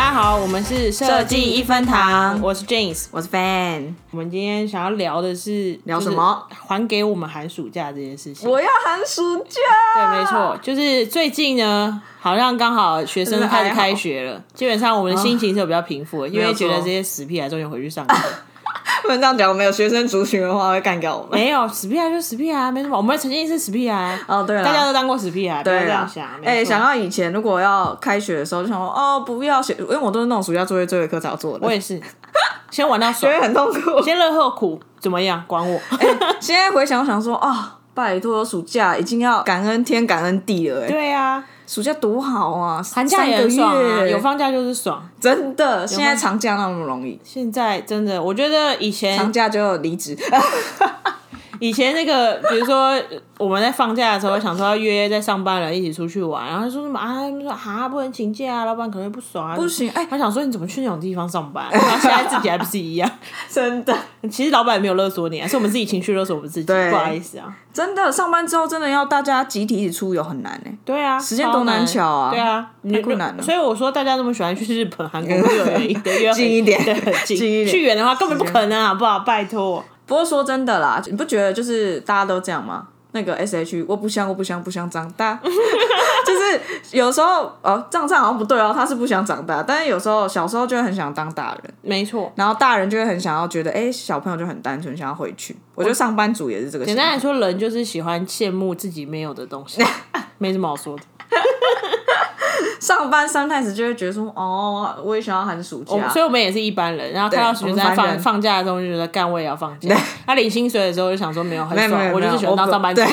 家好，我们是设计一分堂，我是 James， 我是 Fan。 我们今天想要聊的是聊什么？ 还给我们寒暑假这件事情。 我要寒暑假。 对，没错，就是最近呢，好像刚好学生开始开学了，基本上我们的心情是有比较平复的，因为觉得这些死屁孩终于回去上课。 不能这样讲，我们有学生族群的话会干掉我们。 没有死屁孩就死屁孩，没什么。我们曾经是死屁孩。 哦，对了， 大家都当过死屁孩，不要这样想。 想到以前如果要开学的时候，就想说哦，不要写，因为我都是那种暑假作业最后一刻才要做的。 我也是，先玩到爽， 觉得很痛苦， 先乐后苦，怎么样？管我。 现在回想说啊，拜托，暑假已经要感恩天感恩地了。 对啊。 暑假多好啊， 寒假也很爽啊，有放假就是爽， 真的。现在长假那么容易， 现在真的，我觉得以前长假就离职。 以前那个，比如说我们在放假的时候，想说要约在上班的人一起出去玩，然后他说什么啊？他们说啊，不能请假啊，老板可能会不爽啊。 不行， 他想说你怎么去那种地方上班？然后现在自己还不是一样？ 真的， 其实老板也没有勒索你，是我们自己情绪勒索我们自己，不好意思啊。 真的，上班之后真的要大家集体一起出游很难哎。 对啊， 时间多难巧啊。 对啊， 太困难了。 所以我说大家那么喜欢去日本、韩国，不是有原因的， 近一点， 对，很近。 近一点。 去远的话根本不可能，好不好？拜托。 不过说真的啦，你不觉得就是大家都这样吗？那个 SH 我不想长大，就是有时候这样好像不对哦，他是不想长大，但是有时候小时候就会很想当大人， 没错， 然后大人就会很想要觉得小朋友就很单纯，想要回去。我觉得上班族也是这个心态。 简单来说，人就是喜欢羡慕自己没有的东西，没什么好说的。 上班sometimes就会觉得说，哦，我也想要寒暑假， 所以我们也是一般人。然后看到学生放假的时候，就觉得干我也要放假。他领薪水的时候就想说没有很爽，我就是喜欢当上班族。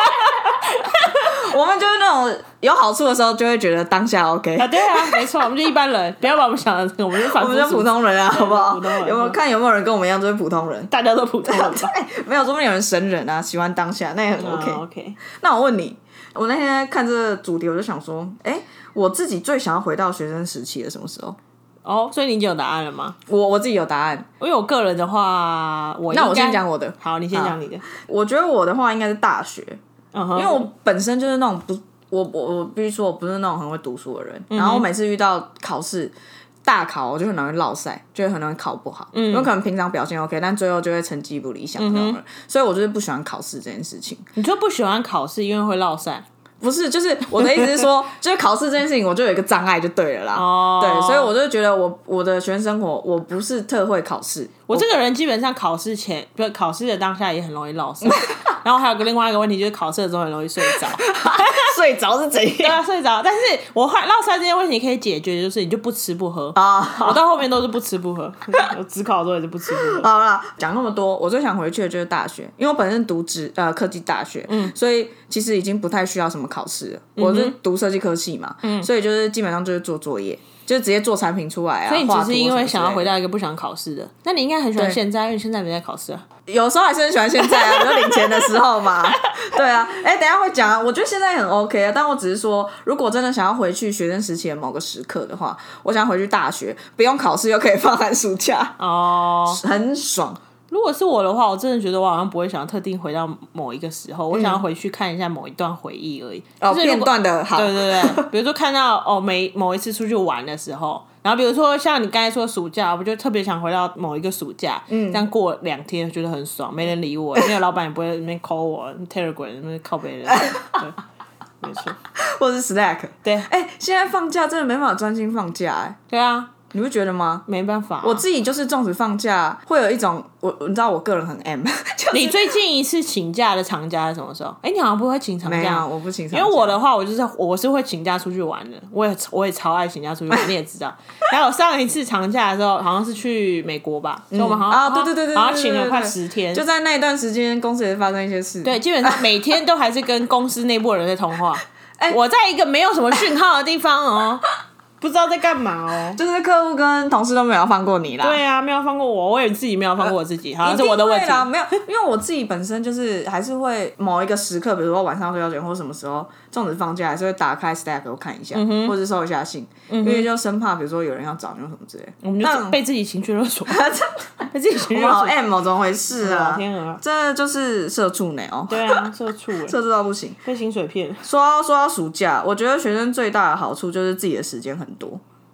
我们就是那种有好处的时候，就会觉得当下 OK 啊，对啊，没错，我们就一般人，不要把我们想的，我们就普通人啊，好不好？ 普通人有没有人跟我们一样都是普通人？ 大家都普通人吧？ 没有，说不定有人神人啊，喜欢当下，那也很 OK。 那我问你，我那天看这个主题，我就想说，我自己最想要回到学生时期的什么时候？ 所以你已经有答案了吗？ 我自己有答案。 因为我个人的话， 那我先讲我的。 好，你先讲你的。 我觉得我的话应该是大学，因为我本身就是那种我必须说我不是那种很会读书的人，然后我每次遇到考试大考，我就很容易落赛，就会很容易考不好，因为可能平常表现 OK， 但最后就会成绩不理想那种人，所以我就是不喜欢考试这件事情。 你就不喜欢考试，因为会落赛？ 不是，就是我的意思是说，就是考试这件事情，我就有一个障碍就对了啦。对，所以我就觉得我的学生生活，我不是特会考试。 我这个人基本上考试前，不是考试的当下也很容易落赛。然后还有另外一个问题就是考试的时候很容易睡着。 睡着是怎样？ 对啊，睡着。但是我落赛这件问题可以解决，就是你就不吃不喝啊。我到后面都是不吃不喝，我只考的时候也是不吃不喝。 好啦，讲那么多，我最想回去的就是大学，因为我本身读科技大学，所以其实已经不太需要什么考试了。我是读设计科系嘛，所以就是基本上就是做作业。就直接做产品出来啊！ 所以你只是因为想要回到一个不想考试的，那你应该很喜欢现在，因为现在没在考试啊。 有时候还是很喜欢现在啊，比如领钱的时候嘛。对啊，等一下会讲啊。我觉得现在很 OK 啊，但我只是说，如果真的想要回去学生时期的某个时刻的话，我想回去大学，不用考试又可以放寒暑假，很爽。 如果是我的话，我真的觉得我好像不会想要特定回到某一个时候，我想要回去看一下某一段回忆而已。 片段的好。 对对对，比如说看到某一次出去玩的时候，然后比如说像你刚才说暑假，我就特别想回到某一个暑假，这样过2天觉得很爽，没人理我，因为老板也不会那边 call 我 Telegram 那边靠别人。对，没错， 或是 Slack。 对， 现在放假真的没办法专心放假对啊。 你会觉得吗？ 没办法我自己就是纵使放假会有一种你知道我个人很 M 就是你最近一次请假的长假是什么时候？你好像不会请长假。 没有，我不请长假。 因为我的话，我是会请假出去玩的，我也超爱请假出去玩，你也知道。还有上一次长假的时候，好像是去美国吧，所以我们好像对， 好像请了快10天。 就在那一段时间，公司也发生一些事。 对，基本上每天都还是跟公司内部的人在通话。我在一个没有什么讯号的地方不知道在干嘛就是客户跟同事都没有放过你啦。 对啊，没有放过我也自己没有放过我自己，好像是我的问题啦。没有，因为我自己本身就是还是会某一个时刻，比如说晚上睡觉前或什么时候，纵使放假还是会打开 Slack 我看一下，或者收一下信，因为就生怕比如说有人要找你或什么之类的。 我们就被自己情绪勒索，被自己情绪勒索。 好 M 怎么回事啊？ 天啊， 这就是社畜呢对啊，社畜社畜到不行， 被薪水骗。 说到暑假，我觉得学生最大的好处就是自己的时间很多。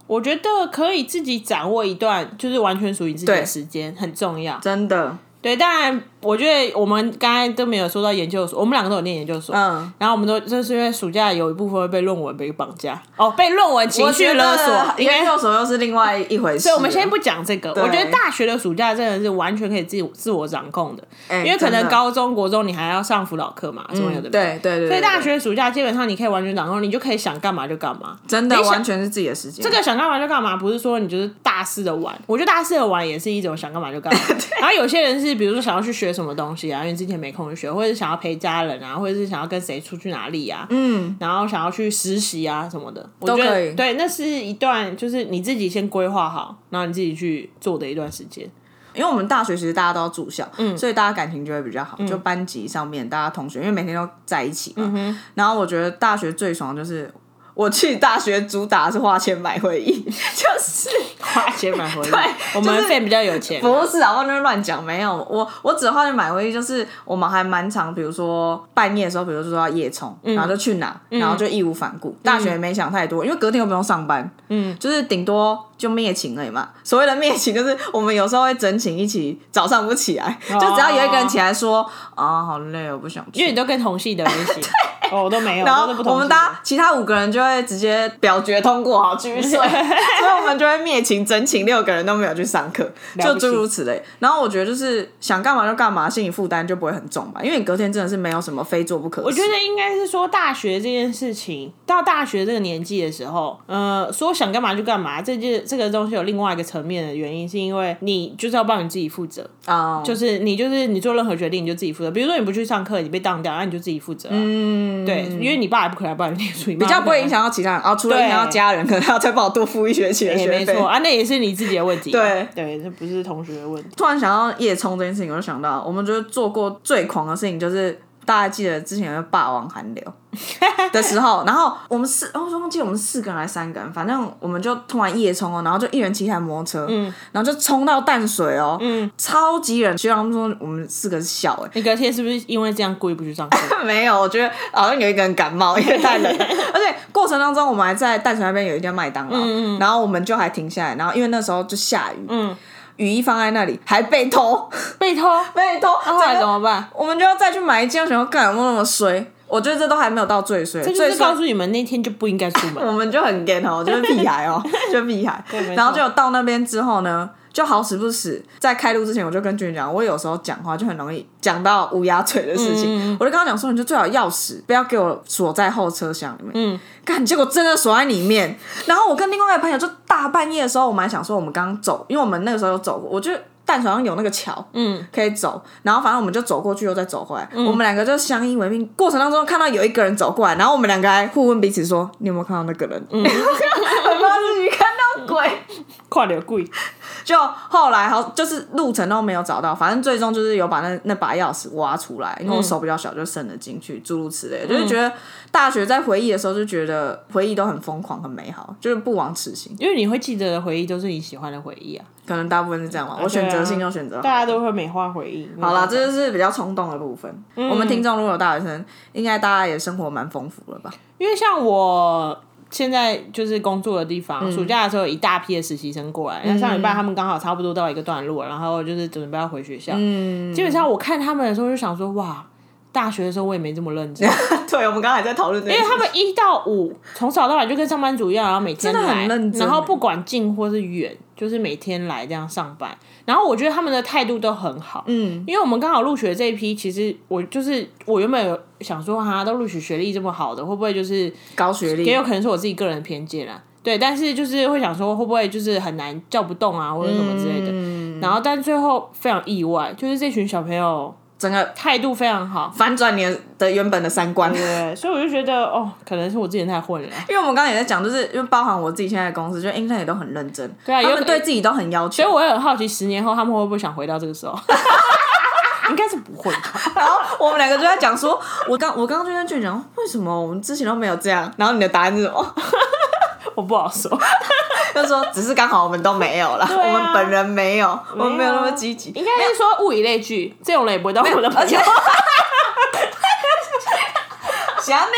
我觉得可以自己掌握一段就是完全属于自己的时间很重要， 真的。 对，当然，我觉得我们刚才都没有说到研究所，我们两个都有念研究所，然后我们都就是因为暑假有一部分会被论文被绑架，被论文情绪勒索， 研究所又是另外一回事。 所以我们先不讲这个，我觉得大学的暑假真的是完全可以自我掌控的，因为可能高中、国中你还要上辅导课嘛，什么的， 对， 所以大学暑假基本上你可以完全掌控，你就可以想干嘛就干嘛， 真的完全是自己的时间。 这个想干嘛就干嘛，不是说你就是大肆的玩，我觉得大肆的玩也是一种想干嘛就干嘛。然后有些人是比如说想要去学什么东西啊，因为之前没空去学，或者是想要陪家人啊，或者是想要跟谁出去哪里啊，然后想要去实习啊什么的，我觉得对，那是一段就是你自己先规划好，然后你自己去做的一段时间。 因为我们大学其实大家都要住校，所以大家感情就会比较好，就班级上面大家同学，因为每天都在一起嘛。然后我觉得大学最爽的就是我去大学主打是花钱买回忆，就是花钱买回忆。 对， 我们费比较有钱。 不是啊，我那乱讲，没有。我只花钱买回忆，就是我们还蛮常，比如说半夜的时候，比如说要夜冲，然后就去哪，然后就义无反顾。大学也没想太多，因为隔天又不用上班，就是顶多就灭寝而已嘛。所谓的灭寝，就是我们有时候会整寝一起早上不起来，就只要有一个人起来说啊好累，我不想去。 因为你都跟同系的人一起。我都没有， 然后我们其他5个人就会直接表决通过，好继续睡，所以我们就会灭寝整寝6个人都没有去上课，就诸如此类。然后我觉得就是想干嘛就干嘛，心理负担就不会很重吧，因为你隔天真的是没有什么非做不可。 我觉得应该是说大学这件事情，到大学这个年纪的时候，说想干嘛就干嘛，这个东西有另外一个层面的原因，是因为你就是要帮你自己负责就是你做任何决定你就自己负责，比如说你不去上课，你被当掉，那你就自己负责对，因为你爸也不可能帮你念书， 比较不会影响到其他人，除了影响到家人，可能还要再帮我多付1学期的学费。 没错那也是你自己的问题。 对， 这不是同学的问题。 突然想到夜冲这件事情，我就想到我们觉得做过最狂的事情，就是大家记得之前有霸王寒流的时候，然后我们忘记我们4个人还是3个人，反正我们就突然夜冲然后就一人骑一台摩托车，然后就冲到淡水超级冷。学长说我们4个是笑你隔天是不是因为这样故意不去上课？ 没有，我觉得好像有一个人感冒，因为太冷了。而且过程当中我们还在淡水那边有一家麦当劳，然后我们就还停下来，然后因为那时候就下雨，雨衣放在那里还被偷， 后来怎么办？ 我们就要再去买一件，想要干有没有那么衰？我觉得这都还没有到最衰， 这就是告诉你们那天就不应该出门。 我们就很 gay 就是屁孩就屁孩。然后就到那边之后呢，就好死不死，在开录之前我就跟俊讲，我有时候讲话就很容易讲到乌鸦嘴的事情，我就跟他讲说，你就最好钥匙不要给我锁在后车厢里面。结果真的锁在里面。然后我跟另外一个朋友就大半夜的时候，我们还想说我们刚刚走，因为我们那个时候有走过，我觉得淡水好像有那个桥，可以走，然后反正我们就走过去又再走回来，我们2个就相依为命。过程当中看到有一个人走过来，然后我们2个还互问彼此说：“你有没有看到那个人？”我怕自己看到鬼， 看到鬼。 就后来就是路程都没有找到，反正最终就是有把那把钥匙挖出来，因为我手比较小就伸了进去，诸如此类的。就是觉得大学在回忆的时候就觉得回忆都很疯狂很美好，就是不枉此行。 因为你会记得的回忆都是你喜欢的回忆啊， 可能大部分是这样吧。我选择性就选择好， 大家都会美化回忆。 好啦，这就是比较冲动的部分。我们听众如果有大学生，应该大家也生活蛮丰富了吧？ 因为像我现在就是工作的地方，暑假的时候有一大批的实习生过来，那上礼拜他们刚好差不多到一个段落，然后就是准备要回学校。基本上我看他们的时候就想说，哇，大学的时候我也没这么认真。 对，我们刚才在讨论这件事， 因为他们1到5从早到晚就跟上班族一样，然后每天来， 真的很认真， 然后不管近或是远，就是每天来这样上班。然后我觉得他们的态度都很好，因为我们刚好录取的这一批，其实我原本有想说，都录取学历这么好的，会不会就是高学历？ 也有可能是我自己个人的偏见啦。对，但是就是会想说，会不会就是很难叫不动啊，或者什么之类的。然后，但最后非常意外，就是这群小朋友整个态度非常好， 反转你的原本的3观。 对，所以我就觉得可能是我之前太混了。 因为我们刚刚也在讲，就是因为包含我自己现在的公司，就 intern 也都很认真， 对啊， 他们对自己都很要求。 所以我也很好奇，10年后他们会不会想回到这个时候？应该是不会吧。 然后我们2个就在讲说，我刚刚就跟俊讲，为什么我们之前都没有这样？然后你的答案是什么？ 我不好说。 就是说，只是刚好我们都没有啦，我们本人没有，我们没有那么积极。 应该是说物以类聚，这种人也不会当我们的朋友。 想呢，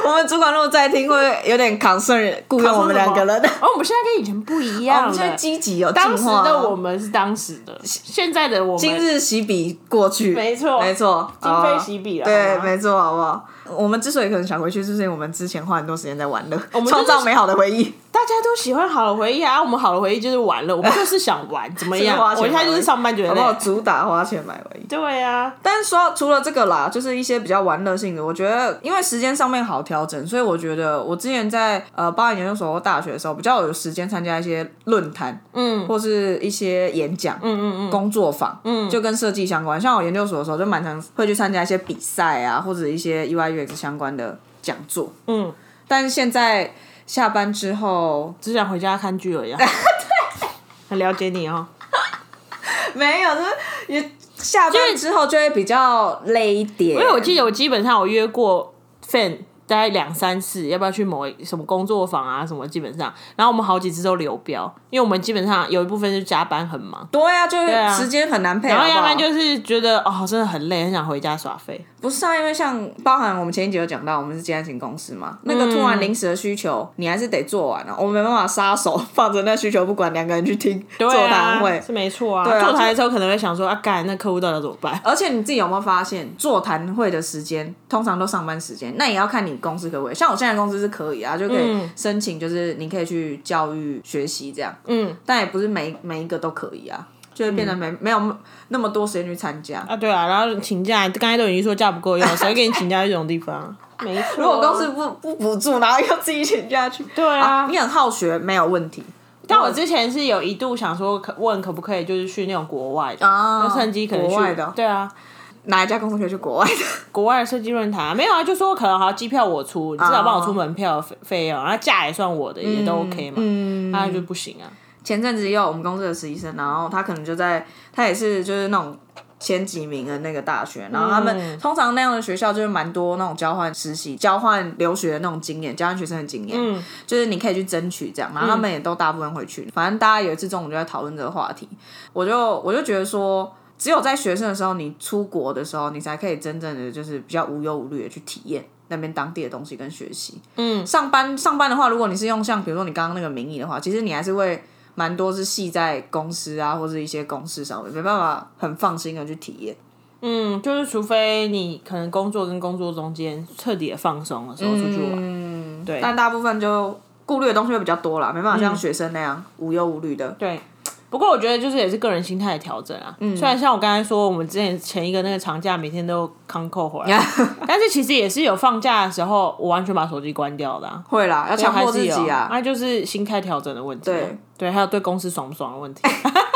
我们主管如果在听，会有点 concern 雇佣我们2个人。 我们现在跟以前不一样了， 我们现在积极有进当时化。 的我们是当时的，现在的我们今日洗笔过去， 没错，今非昔比了。 对，没错，好不好？我们之所以可能想回去，是因为我们之前花很多时间在玩乐，创造美好的回忆。 大家都喜欢好的回忆啊，我们好的回忆就是玩乐，我们就是想玩，怎么样？我现在就是上班觉得累， 好不好？主打花钱买回忆。 对啊， 但是说除了这个啦，就是一些比较玩乐性的，我觉得因为时间上面好调整，所以我觉得我之前在八年研究所或大学的时候，比较有时间参加一些论坛，或是一些演讲，工作坊，就跟设计相关。像我研究所的时候，就蛮常会去参加一些比赛啊，或者一些 UI/UX 相关的讲座。但是现在下班之后， 只想回家看剧而已。很了解你哦。 没有，就是也下班之后就会比较累一点。 因为我记得我基本上我约过 fan 大概2、3次，要不要去某什么工作坊啊什么，基本上，然后我们好几次都流标，因为我们基本上有一部分是加班很忙。 对啊，就是时间很难配。 然后要不然就是觉得真的很累，很想回家耍废。 不是啊，因为像包含我们前一集有讲到，我们是接案型公司嘛，那个突然临时的需求，你还是得做完啊。我们没办法撒手放着那需求不管，2个人去听座谈会， 是没错啊。 对啊， 座谈的时候可能会想说干那客户到底要怎么办？ 而且你自己有没有发现，座谈会的时间通常都上班时间，那也要看你公司可不可以。像我现在公司是可以啊，就可以申请，就是你可以去教育学习这样。但也不是每一个都可以啊。就会变得没有那么多时间去参加啊，对啊，然后请假，刚才都已经说假不够用，谁会给你请假去这种地方？没错， 如果公司不补助，然后要自己请假去， 对啊， 你很好学没有问题。 但我之前是有一度想说问可不可以就是去那种国外的，就趁机可能去国外的， 对啊。 哪一家公司可以去国外的？ 国外的设计论坛没有啊，就说可能好机票我出，你至少帮我出门票费用，然后假也算我的，也都 OK 嘛。那就不行啊。 前阵子也有我们公司的实习生，然后他可能他也是就是那种前几名的那个大学，然后他们通常那样的学校就是蛮多那种交换实习、交换留学的那种经验，交换学生的经验，就是你可以去争取这样，然后他们也都大部分会去。反正大家有一次中午就在讨论这个话题，我就觉得说，只有在学生的时候，你出国的时候，你才可以真正的就是比较无忧无虑的去体验那边当地的东西跟学习。上班的话，如果你是用像比如说你刚刚那个名义的话，其实你还是会蛮多是系在公司啊，或是一些公司上面，没办法很放心的去体验。 就是除非你可能工作跟工作中间彻底的放松的时候出去玩，对。 但大部分就顾虑的东西会比较多啦，没办法像学生那样无忧无虑的。 对。不过我觉得就是也是个人心态的调整啊。虽然像我刚才说，我们之前一个那个长假每天都康扣回来，但是其实也是有放假的时候，我完全把手机关掉的。 会啦，要强迫自己啊。 那就是心态调整的问题。对，还有对公司爽不爽的问题。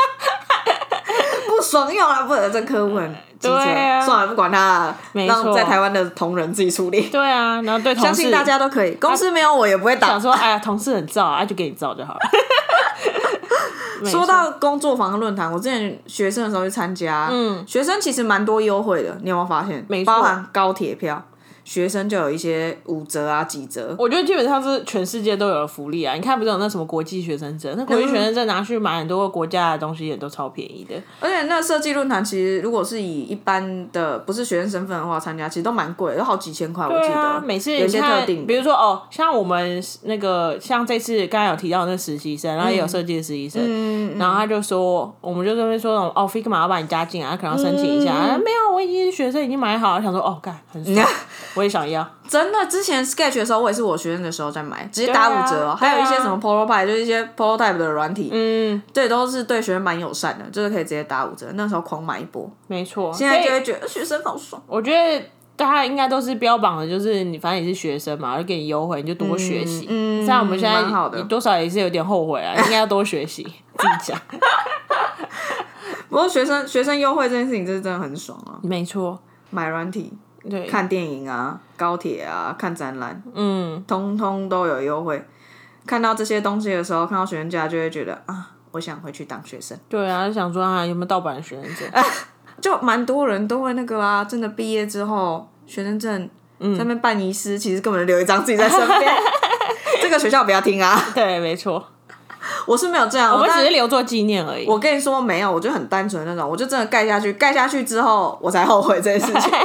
不爽用啊，不能这客户很机车，算了，不管他了，让在台湾的同仁自己处理。 对啊，然后对同事， 相信大家都可以。公司没有我也不会打。 想说，哎呀，同事很燥啊，就给你燥就好了。 说到工作坊论坛，我之前学生的时候去参加，学生其实蛮多优惠的，你有没有发现？包含高铁票，学生就有一些5折啊、几折。 我觉得基本上是全世界都有的福利啊！你看，不是有那什么国际学生证？那国际学生证拿去买很多个国家的东西也都超便宜的。 而且那设计论坛其实如果是以一般的不是学生身份的话参加，其实都蛮贵的，都好几千块，我记得。 每次有些特定， 比如说像我们那个像这次刚才有提到的那实习生，然后也有设计的实习生，然后他就说，我们就这边说Figma 要把你加进来，他可能要申请一下。没有，我已经是学生，已经买好了，想说干很爽，我也想要。 真的，之前 Sketch 的时候，我也是我学生的时候在买，直接打5折还有一些什么 Prototype，就是一些 Prototype 的软体，对，都是对学生蛮友善的，就是可以直接打5折。那时候狂买一波， 没错。 现在就会觉得学生好爽。 我觉得大家应该都是标榜的，就是你反正你是学生嘛，就给你优惠，你就多学习。像我们现在你多少也是有点后悔啊，应该要多学习。自己讲。 不过学生优惠这件事情，真的很爽啊。 没错， 买软体。 对， 看电影啊，高铁啊，看展览，通通都有优惠。看到这些东西的时候，看到学生价就会觉得我想回去当学生。 对啊，就想说有没有盗版的学生证？ 就蛮多人都会那个啊，真的毕业之后学生证在那边办遗失，其实根本留一张自己在身边。这个学校不要听啊。 对，没错。 我是没有这样， 我们只是留作纪念而已。 我跟你说没有，我就很单纯的那种，我就真的盖下去之后，我才后悔这件事情。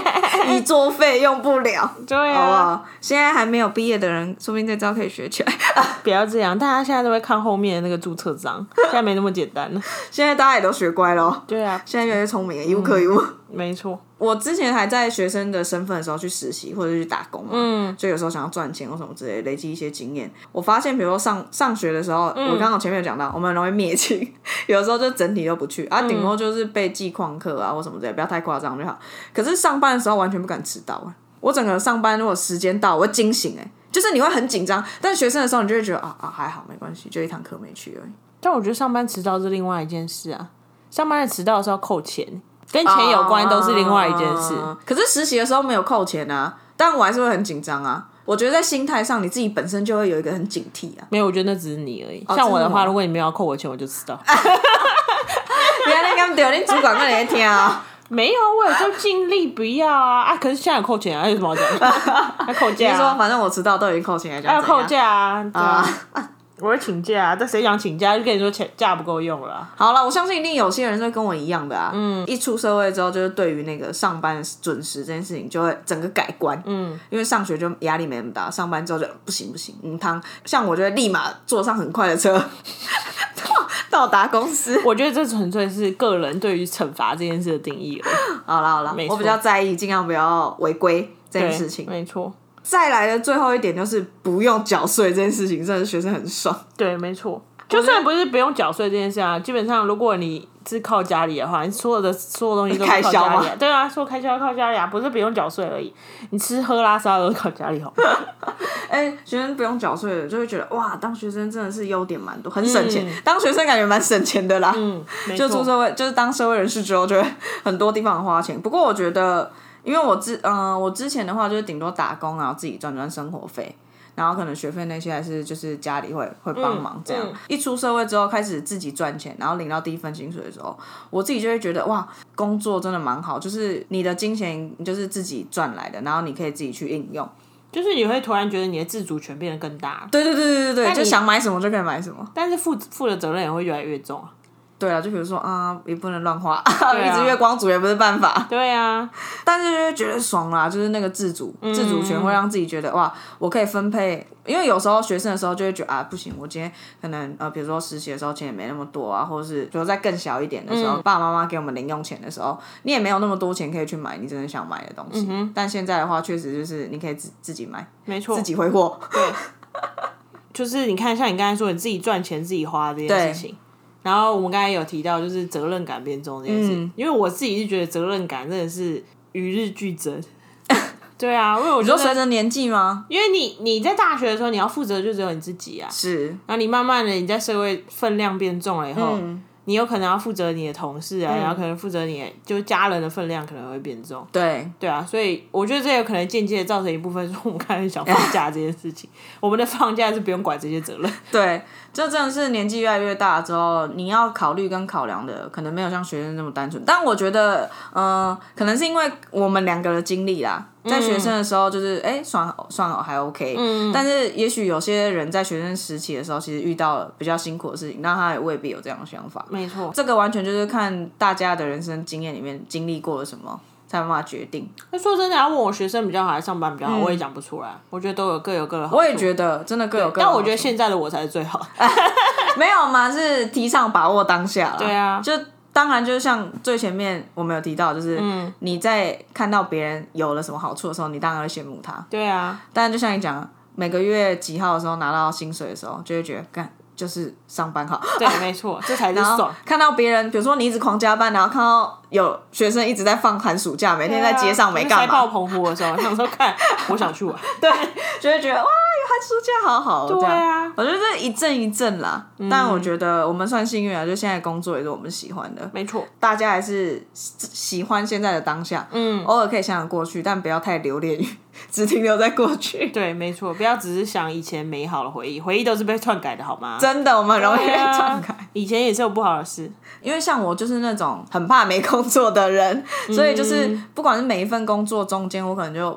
以作废用不了。 对啊， 好不好？现在还没有毕业的人，说不定这招可以学起来。 不要这样，大家现在都会看后面的那个注册章，现在没那么简单了。 现在大家也都学乖了。 对啊， 现在越来越聪明，一物克一物。 没错。 我之前还在学生的身份的时候去实习或者去打工嘛，就有时候想要赚钱或什么之类的，累积一些经验。我发现，比如说上学的时候，我刚刚前面有讲到，我们很容易灭情，有的时候就整体都不去，顶多就是被记旷课啊或什么之类的，不要太夸张就好。可是上班的时候完全不敢迟到我整个上班如果时间到，我会惊醒就是你会很紧张，但学生的时候你就会觉得还好没关系，就一堂课没去而已。 但我觉得上班迟到是另外一件事啊，上班的迟到是要扣钱，跟钱有关都是另外一件事。 可是实习的时候没有扣钱啊，但我还是会很紧张啊。我觉得在心态上，你自己本身就会有一个很警惕啊。 没有，我觉得那只是你而已。像我的话，如果你没有要扣我钱，我就迟到。 原来你对，你主管跟你听啊。 没有，我有就尽力不要啊！可是现在有扣钱啊，有什么好讲？要扣假、 你说反正我迟到都已经扣钱了， 要扣假啊！我会请假，但谁想请假就跟你说假不够用了。 好了，我相信一定有些人是跟我一样的啊。一出社会之后，就是对于那个上班准时这件事情就会整个改观。因为上学就压力没那么大，上班之后就不行，像我就会立马坐上很快的车。到达公司， 我觉得这纯粹是个人对于惩罚这件事的定义而已。 好啦，我比较在意尽量不要违规这件事情。 没错。 再来的最后一点就是不用缴税这件事情，真的是学生很爽。 对，没错。就算不是不用缴税这件事啊，基本上如果你是靠家里的话，你所有东西都是靠家里。对啊，所有开销靠家里啊，不是不用缴税而已，你吃喝拉撒都是靠家里好吗？ 学生不用缴税的就会觉得哇，当学生真的是优点蛮多，很省钱。当学生感觉蛮省钱的啦。就出社会，就是当社会人士之后，就会很多地方花钱。不过我觉得，因为我之前的话就是顶多打工，然后自己赚生活费。然后可能学费那些还是就是家里会帮忙这样。一出社会之后开始自己赚钱，然后领到第一份薪水的时候，我自己就会觉得哇，工作真的蛮好，就是你的金钱就是自己赚来的，然后你可以自己去应用。 就是你会突然觉得你的自主权变得更大。 对，就想买什么就可以买什么。 但是负的责任也会越来越重啊。 对啊，就比如说也不能乱花，一直月光族也不是办法。 对啊， 但是就会觉得爽啦，就是那个自主权会让自己觉得哇，我可以分配。因为有时候学生的时候就会觉得不行，我今天可能比如说实习的时候钱也没那么多啊，或者是比如在更小一点的时候，爸爸妈妈给我们零用钱的时候，你也没有那么多钱可以去买你真的想买的东西。但现在的话，确实就是你可以自己买， 没错， 自己挥霍。 对，就是你看，像你刚才说你自己赚钱自己花这件事情。然后我们刚才有提到，就是责任感变重这件事，因为我自己是觉得责任感真的是与日俱增。对啊，因为我觉得随着年纪吗？ 因为你在大学的时候，你要负责就只有你自己啊。 是。 然后你慢慢的你在社会分量变重了以后，你有可能要负责你的同事啊，然后可能负责你就是家人的分量可能会变重。 对啊，所以我觉得这有可能间接造成一部分是我们开始想放假这件事情。我们的放假是不用管这些责任。 对，这真的是年纪越来越大之后，你要考虑跟考量的可能没有像学生那么单纯。但我觉得，可能是因为我们两个的经历啦。在学生的时候就是算好还 OK，但是也许有些人在学生时期的时候，其实遇到了比较辛苦的事情，那他也未必有这样的想法。 没错， 这个完全就是看大家的人生经验里面经历过了什么，才有办法决定。 那说真的，要问我学生比较好还是上班比较好，我也讲不出来。我觉得都有各有各的好处。 我也觉得真的各有各的好处。 但我觉得现在的我才是最好。 没有嘛，是提倡把握当下啦。 对啊， 就。当然，就像最前面我们有提到，就是你在看到别人有了什么好处的时候，你当然会羡慕他。 对啊， 但就像你讲，每个月几号的时候拿到薪水的时候，就会觉得干就是上班好。 对，没错，这才是爽。 看到别人，比如说你一直狂加班，然后看到有学生一直在放寒暑假，每天在街上没干嘛。 塞爆澎湖的时候，想说看，我想去玩。 对，就会觉得哇，有寒暑假好好。 对啊， 我觉得这一阵一阵啦。但我觉得我们算幸运啊，就现在工作也是我们喜欢的。 没错， 大家还是喜欢现在的当下。偶尔可以想想过去，但不要太留恋于只停留在过去。 对，没错，不要只是想以前美好的回忆，回忆都是被篡改的好吗？ 真的，我们很容易被篡改。 以前也是有不好的事。 因为像我就是那种很怕没工作的人，所以就是不管是每一份工作中间，我可能就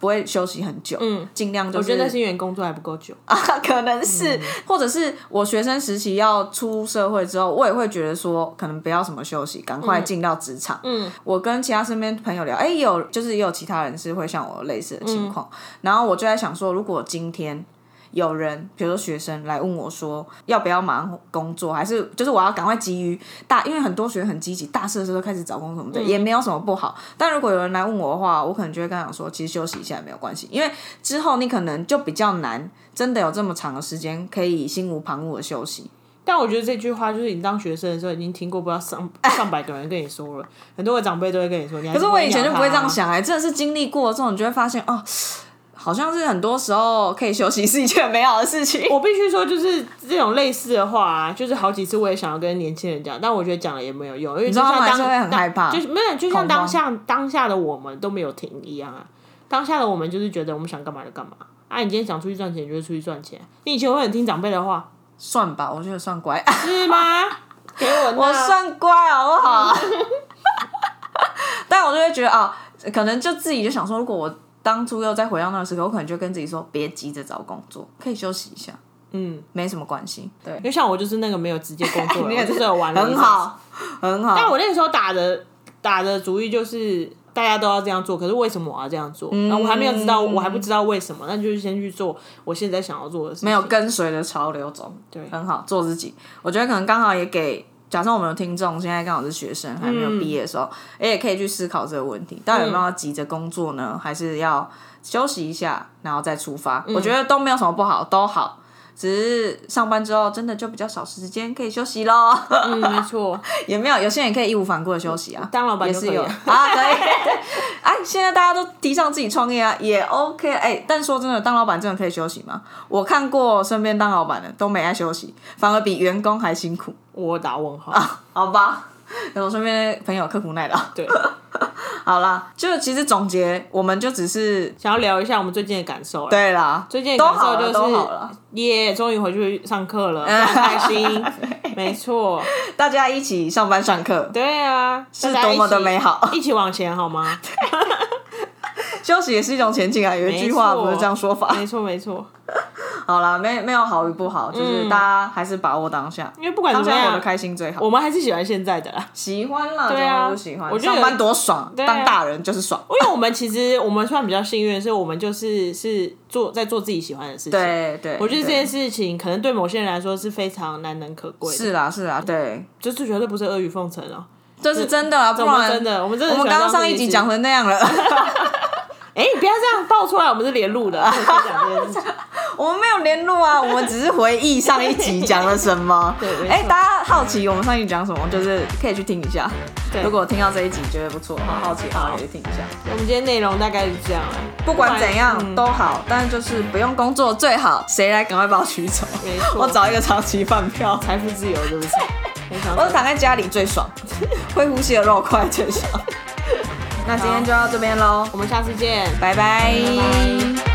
不会休息很久，尽量就是我觉得那是因为工作还不够久啊，可能是，或者是我学生时期要出社会之后，我也会觉得说，可能不要什么休息，赶快进到职场。我跟其他身边朋友聊，也有其他人是会像我类似的情况，然后我就在想说，如果今天有人，比如说学生来问我说，要不要马上工作，还是就是我要赶快急于因为很多学生很积极，大四的时候开始找工作什么的，也没有什么不好。但如果有人来问我的话，我可能就会跟他讲说，其实休息一下也没有关系，因为之后你可能就比较难，真的有这么长的时间可以心无旁骛的休息。 但我觉得这句话就是你当学生的时候已经听过不知道上百个人跟你说了，很多个长辈都会跟你说。 可是我以前就不会这样想真的是经历过之后，你就会发现好像是很多时候可以休息是一件很美好的事情。 我必须说，就是这种类似的话就是好几次我也想要跟年轻人讲，但我觉得讲了也没有用，因为就像他们会很害怕， 就是没有，就像当下的我们都没有停一样啊。当下的我们就是觉得我们想干嘛就干嘛啊，你今天想出去赚钱，你就出去赚钱。你以前会很听长辈的话， 算吧，我觉得算乖， 是吗？给我算乖好不好？但我就会觉得可能就自己就想说，如果我当初又再回到那个时刻，我可能就跟自己说，别急着找工作，可以休息一下，没什么关系。对， 因为像我就是那个没有直接工作的，我就是有玩了很好，很好。 但我那个时候打的主意就是大家都要这样做，可是为什么我要这样做？然后我还没有知道，我还不知道为什么，那就是先去做我现在想要做的事情， 没有跟随着潮流走， 对， 很好，做自己。我觉得可能刚好也给。假设我们的听众现在刚好是学生，还没有毕业的时候，也可以去思考这个问题：到底有没有要急着工作呢？还是要休息一下，然后再出发？我觉得都没有什么不好，都好。只是上班之后真的就比较少时间可以休息咯。 没错， 也没有，有些人也可以义无反顾的休息啊。 当老板就可以有可以。现在大家都提倡自己创业啊，也 OK。但说真的，当老板真的可以休息吗？我看过身边当老板的都没爱休息，反而比员工还辛苦。 我打问号好吧，我身边的朋友刻苦耐劳。 对， 好啦，就其实总结，我们就只是想要聊一下我们最近的感受。 对啦， 最近的感受就是都好了， 终于回去上课了，很开心。没错， 大家一起上班上课， 对啊， 是多么的美好， 一起往前好吗？ 休息也是一种前进啊，有一句话不是这样说法。 没错没错。 好啦，没有好与不好，就是大家还是把握当下， 因为不管怎么样， 活得开心最好。 我们还是喜欢现在的啦， 喜欢啦， 对啊， 不喜欢。 我觉得上班多爽，当大人就是爽。 因为我们算比较幸运的是，我们就是在做自己喜欢的事情。 对对， 我觉得这件事情可能对某些人来说是非常难能可贵的。 是啦，对， 就是绝对不是阿谀奉承哦， 这是真的啊，不然真的，我们刚刚上一集讲成那样了。 你不要这样爆出来，我们是连录的。 我们没有连录啊，我们只是回忆上一集讲了什么。大家好奇我们上一集讲什么，就是可以去听一下。如果听到这一集觉得不错，好奇可以听一下。 我们今天内容大概是这样， 不管怎样都好，但是就是不用工作最好。谁来赶快把我取走？ 没错， 我找一个长期饭票， 财富自由，对不对？ 我躺在家里最爽，会呼吸的肉块最爽。那今天就到这边咯， 我们下次见， 拜拜。